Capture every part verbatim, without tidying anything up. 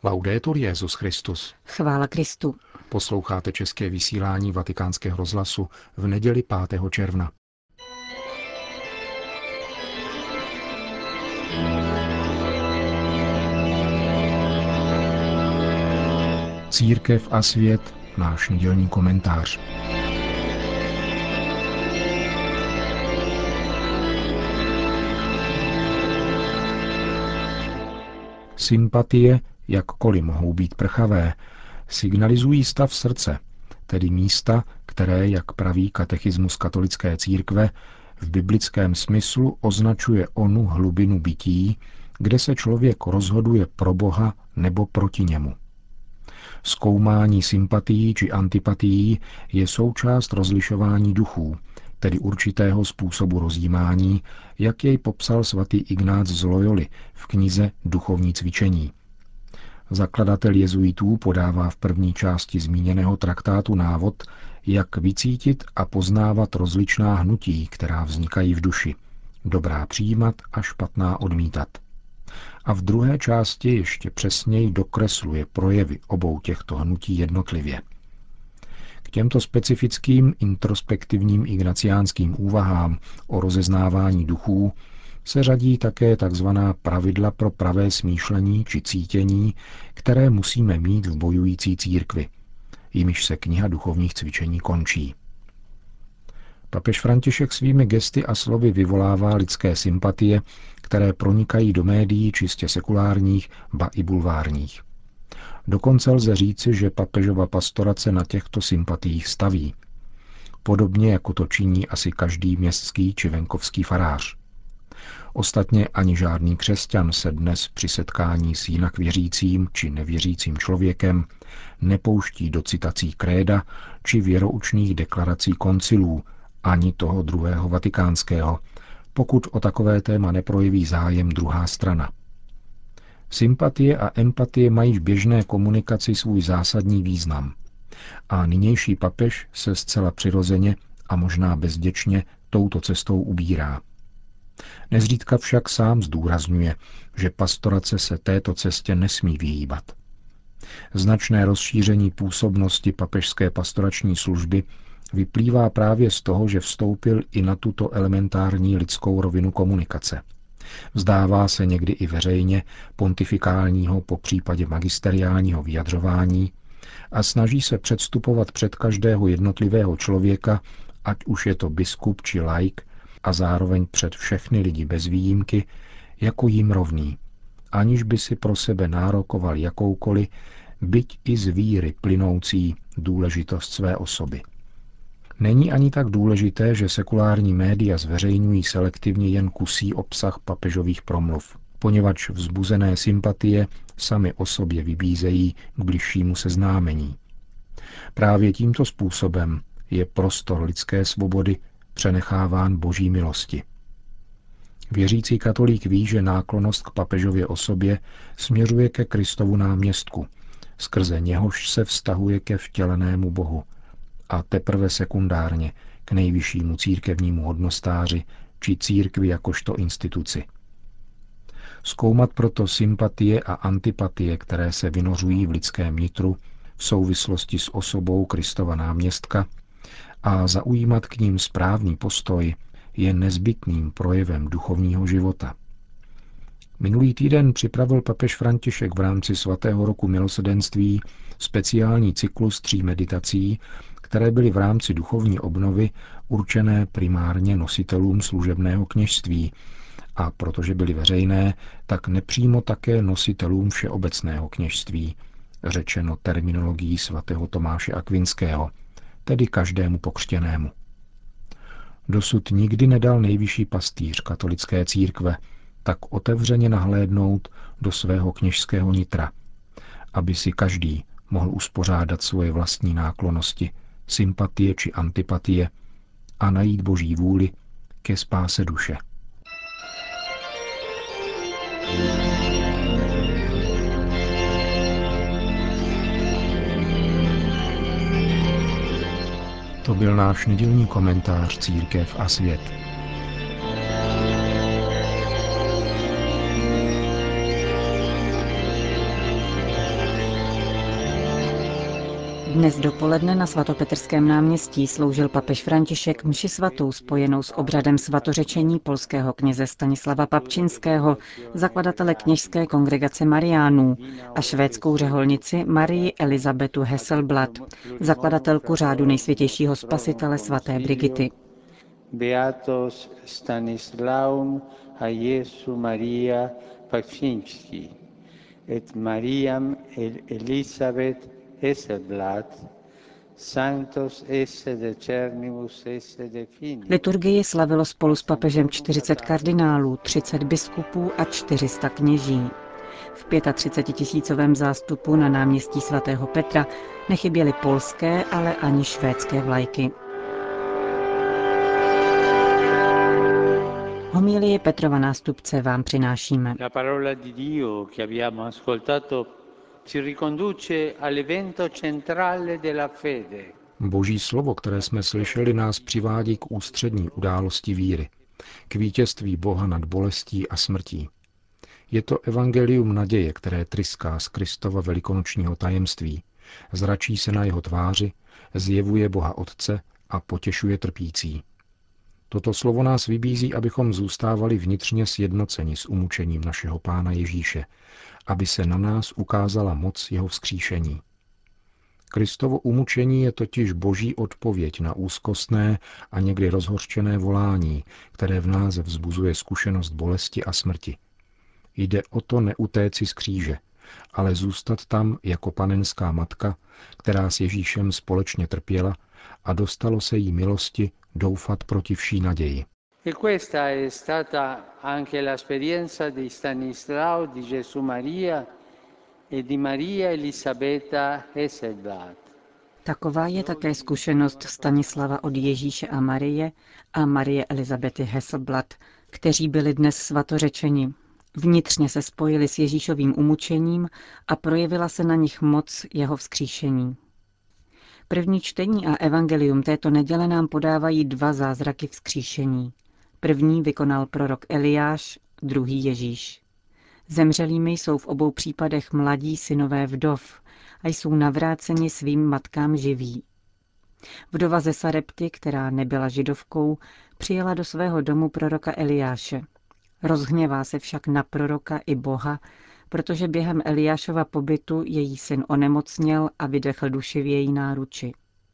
Laudetur Jesus Christus. Chvála Kristu. Posloucháte české vysílání Vatikánského rozhlasu v neděli pátého června. Církev a svět, náš nedělní komentář. Sympatie, jakkoliv mohou být prchavé, signalizují stav srdce, tedy místa, které, jak praví katechismus katolické církve, v biblickém smyslu označuje onu hlubinu bytí, kde se člověk rozhoduje pro Boha nebo proti němu. Zkoumání sympatií či antipatií je součást rozlišování duchů, tedy určitého způsobu rozjímání, jak jej popsal svatý Ignác z Loyoli v knize Duchovní cvičení. Zakladatel jezuitů podává v první části zmíněného traktátu návod, jak vycítit a poznávat rozličná hnutí, která vznikají v duši, dobrá přijímat a špatná odmítat. A v druhé části ještě přesněji dokresluje projevy obou těchto hnutí jednotlivě. K těmto specifickým introspektivním ignaciánským úvahám o rozeznávání duchů se řadí také tzv. Pravidla pro pravé smýšlení či cítění, které musíme mít v bojující církvi, jimiž se kniha duchovních cvičení končí. Papež František svými gesty a slovy vyvolává lidské sympatie, které pronikají do médií čistě sekulárních, ba i bulvárních. Dokonce lze říci, že papežova pastorace na těchto sympatiích staví. Podobně jako to činí asi každý městský či venkovský farář. Ostatně ani žádný křesťan se dnes při setkání s jinak věřícím či nevěřícím člověkem nepouští do citací kréda či věroučných deklarací koncilů, ani toho druhého vatikánského, pokud o takové téma neprojeví zájem druhá strana. Sympatie a empatie mají v běžné komunikaci svůj zásadní význam. A nynější papež se zcela přirozeně a možná bezděčně touto cestou ubírá. Nezřídka však sám zdůrazňuje, že pastorace se této cestě nesmí vyhýbat. Značné rozšíření působnosti papežské pastorační služby vyplývá právě z toho, že vstoupil i na tuto elementární lidskou rovinu komunikace. Vzdává se někdy i veřejně pontifikálního, popřípadě magisteriálního vyjadřování a snaží se předstupovat před každého jednotlivého člověka, ať už je to biskup či laik, a zároveň před všechny lidi bez výjimky, jako jim rovný, aniž by si pro sebe nárokoval jakoukoliv, byť i z víry plynoucí důležitost své osoby. Není ani tak důležité, že sekulární média zveřejňují selektivně jen kusí obsah papežových promluv, poněvadž vzbuzené sympatie sami o sobě vybízejí k bližšímu seznámení. Právě tímto způsobem je prostor lidské svobody přenecháván Boží milosti. Věřící katolík ví, že náklonnost k papežově osobě směřuje ke Kristovu náměstku, skrze něhož se vztahuje ke vtělenému Bohu, a teprve sekundárně k nejvyššímu církevnímu hodnostáři či církvi jakožto instituci. Zkoumat proto sympatie a antipatie, které se vynořují v lidském nitru v souvislosti s osobou Kristova náměstka, a zaujímat k ním správný postoj je nezbytným projevem duchovního života. Minulý týden připravil papež František v rámci svatého roku milosrdenství speciální cyklus tří meditací, které byly v rámci duchovní obnovy určené primárně nositelům služebného kněžství a protože byly veřejné, tak nepřímo také nositelům všeobecného kněžství, řečeno terminologií svatého Tomáše Akvinského, tedy každému pokřtěnému. Dosud nikdy nedal nejvyšší pastýř katolické církve tak otevřeně nahlédnout do svého kněžského nitra, aby si každý mohl uspořádat svoje vlastní náklonnosti, sympatie či antipatie a najít Boží vůli ke spáse duše. To byl náš nedělní komentář Církev a svět. Dnes dopoledne na svatopetrském náměstí sloužil papež František mši svatou spojenou s obřadem svatořečení polského kněze Stanislava Papčinského, zakladatele kněžské kongregace Mariánů, a švédskou řeholnici Marii Elizabetu Hesselblad, zakladatelku řádu Nejsvětějšího spasitele svaté Brigity. Beatos Stanislaum a Jesu Maria Papczynski et Mariam Elisabeth Hesselblad, sanctos esse decernibus esse defini. Liturgii slavilo spolu s papežem čtyřicet kardinálů, třicet biskupů a čtyři sta kněží. V třicetitisícovém zástupu na náměstí svatého Petra nechyběly polské, ale ani švédské vlajky. Homílii Petrova nástupce vám přinášíme. La parola di Dio che abbiamo ascoltato ci riconduce all'evento centrale della fede. Boží slovo, které jsme slyšeli, nás přivádí k ústřední události víry, k vítězství Boha nad bolestí a smrtí. Je to evangelium naděje, které tryská z Kristova velikonočního tajemství, zračí se na jeho tváři, zjevuje Boha Otce a potěšuje trpící. Toto slovo nás vybízí, abychom zůstávali vnitřně sjednoceni s umučením našeho Pána Ježíše, aby se na nás ukázala moc jeho vzkříšení. Kristovo umučení je totiž boží odpověď na úzkostné a někdy rozhořčené volání, které v nás vzbuzuje zkušenost bolesti a smrti. Jde o to neutéci z kříže, ale zůstat tam jako panenská matka, která s Ježíšem společně trpěla a dostalo se jí milosti doufat proti vší naději. E questa è stata anche l'esperienza di Stanislao di Gesù Maria e di Maria Elisabetta Hesselblad. Taková je také zkušenost Stanislava od Ježíše a Marie a Marie Elizabety Hesselblad, kteří byli dnes svatořečeni. Vnitřně se spojili s Ježíšovým umučením a projevila se na nich moc jeho vzkříšení. První čtení a evangelium této neděle nám podávají dva zázraky vzkříšení. První vykonal prorok Eliáš, druhý Ježíš. Zemřelými jsou v obou případech mladí synové vdov a jsou navráceni svým matkám živí. Vdova ze Sarepty, která nebyla židovkou, přijela do svého domu proroka Eliáše. Rozhněvá se však na proroka i Boha, protože během Eliášova pobytu její syn onemocněl a vydechl duši v její náruči.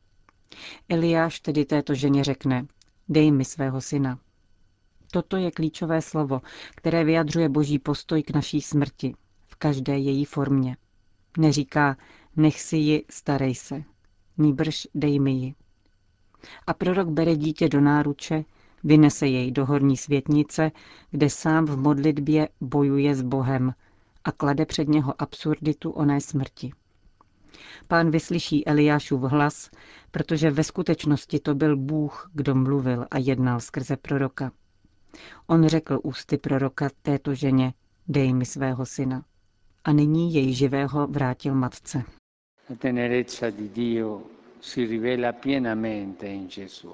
Eliáš tedy této ženě řekne: dej mi svého syna. Toto je klíčové slovo, které vyjadřuje boží postoj k naší smrti, v každé její formě. Neříká, nech si ji, starej se. Nýbrž dej mi ji. A prorok bere dítě do náruče, vynese jej do horní světnice, kde sám v modlitbě bojuje s Bohem a klade před něho absurditu oné smrti. Pán vyslyší Eliášův hlas, protože ve skutečnosti to byl Bůh, kdo mluvil a jednal skrze proroka. On řekl ústy proroka této ženě, dej mi svého syna. A nyní jej živého vrátil matce. La tenerezza di Dio si rivela pienamente in Gesù.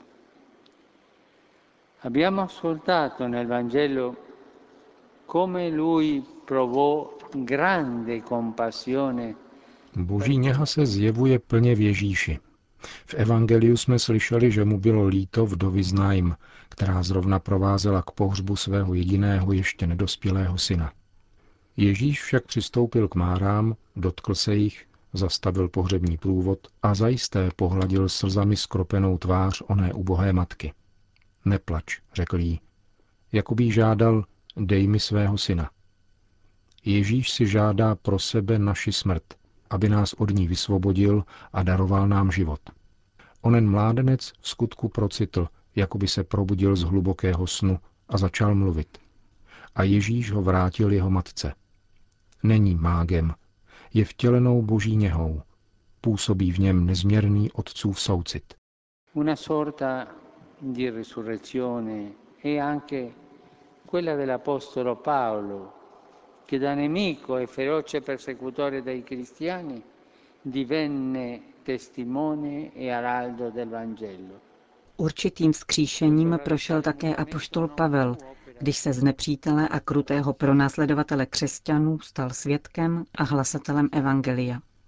Abbiamo ascoltato nel Vangelo come lui provò grande compassione. Boží něha se zjevuje plně v Ježíši. V evangeliu jsme slyšeli, že mu bylo líto vdovy z Naim, která zrovna provázela k pohřbu svého jediného ještě nedospělého syna. Ježíš však přistoupil k márám, dotkl se jich, zastavil pohřební průvod a zajisté pohladil slzami skropenou tvář oné ubohé matky. Neplač, řekl jí. Jakubí žádal, dej mi svého syna. Ježíš si žádá pro sebe naši smrt, aby nás od ní vysvobodil a daroval nám život. Onen mládenec v skutku procitl, jako by se probudil z hlubokého snu a začal mluvit. A Ježíš ho vrátil jeho matce. Není mágem, je vtělenou boží něhou. Působí v něm nezměrný otcův soucit. Una sorta di risurrezione è anche quella dell'apostolo Paolo, che da nemico e feroce persecutore dei cristiani divenne testimone e araldo del Vangelo. Určitým vzkříšením prošel také apoštol Pavel, když se z nepřítele a krutého pronásledovatele křesťanů stal svědkem a hlasatelem evangelia.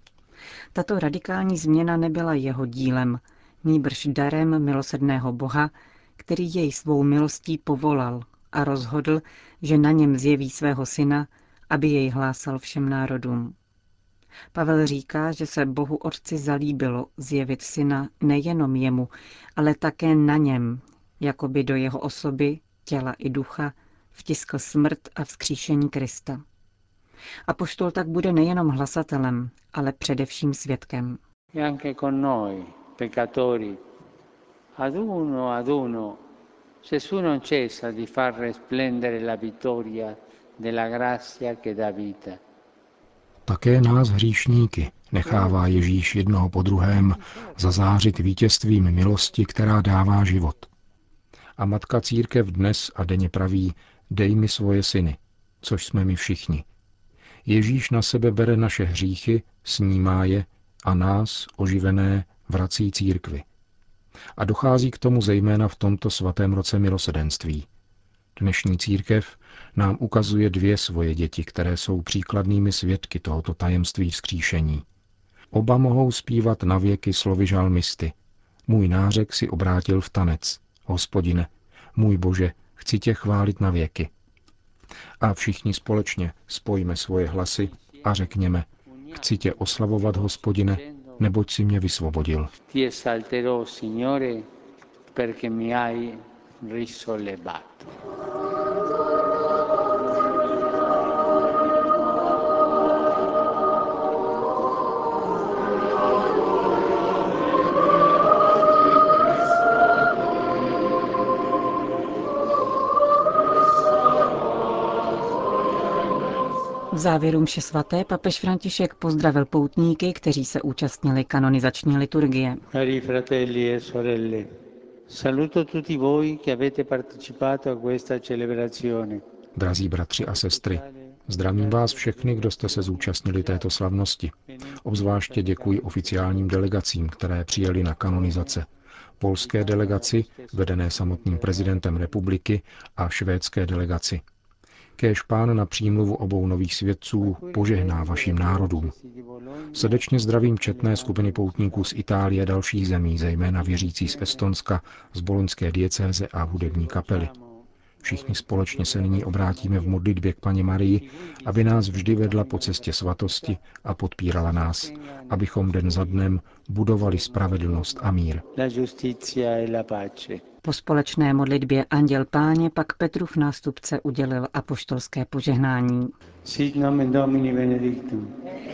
Tato radikální změna nebyla jeho dílem, nýbrž darem milosrdného Boha, který jej svou milostí povolal a rozhodl, že na něm zjeví svého syna, aby jej hlásal všem národům. Pavel říká, že se Bohu Otci zalíbilo zjevit syna nejenom jemu, ale také na něm, jakoby do jeho osoby, těla i ducha, vtiskl smrt a vzkříšení Krista. Apoštol tak bude nejenom hlasatelem, ale především svědkem. E anche con noi, peccatori, ad uno ad uno, Gesù non cessa di far resplendere la vittoria della grazia che dà vita. Také nás hříšníky nechává Ježíš jednoho po druhém zazářit vítězstvím milosti, která dává život. A matka církev dnes a denně praví, dej mi svoje syny, což jsme my všichni. Ježíš na sebe bere naše hříchy, snímá je a nás, oživené, vrací církvi. A dochází k tomu zejména v tomto svatém roce milosedenství. Dnešní církev nám ukazuje dvě svoje děti, které jsou příkladnými svědky tohoto tajemství vzkříšení. Oba mohou zpívat navěky slovy žalmisty. Můj nářek si obrátil v tanec. Hospodine, můj Bože, chci tě chválit na věky. A všichni společně spojíme svoje hlasy a řekněme, chci tě oslavovat, Hospodine, neboť si mě vysvobodil. Ti esalterò, Signore, perché mi hai risollevato. V závěru mše svaté papež František pozdravil poutníky, kteří se účastnili kanonizační liturgie. Cari fratelli e sorelle, saluto tutti voi che avete partecipato a questa celebrazione. Drazí bratři a sestry, zdravím vás všechny, kdo jste se zúčastnili této slavnosti. Obzvláště děkuji oficiálním delegacím, které přijeli na kanonizace. Polské delegaci, vedené samotným prezidentem republiky, a švédské delegaci. Kéž Pán na přímluvu obou nových svědců požehná vašim národům. Srdečně zdravím četné skupiny poutníků z Itálie a dalších zemí, zejména věřící z Estonska, z boloňské diecéze a hudební kapely. Všichni společně se nyní obrátíme v modlitbě k Panně Marii, aby nás vždy vedla po cestě svatosti a podpírala nás, abychom den za dnem budovali spravedlnost a mír. Po společné modlitbě Anděl Páně pak Petrův nástupce udělil apoštolské požehnání. Sit nomen Domini benedictum.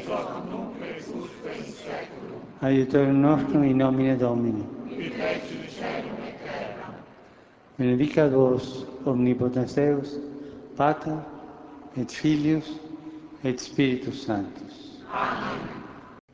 Aiutorium nostrum in nomine Domini. Benedicat vos omnipotens Deus, Pater et Filius et Spiritus Sanctus. Amen.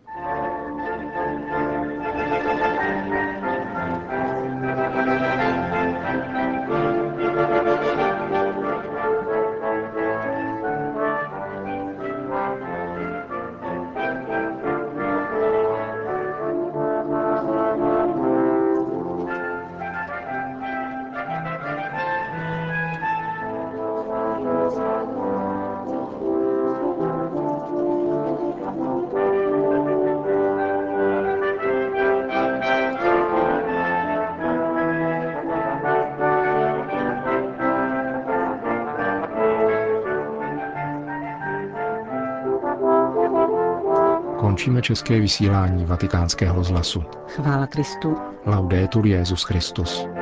Končíme české vysílání Vatikánského rozhlasu. Chvála Kristu. Laudetur Jesus Christus.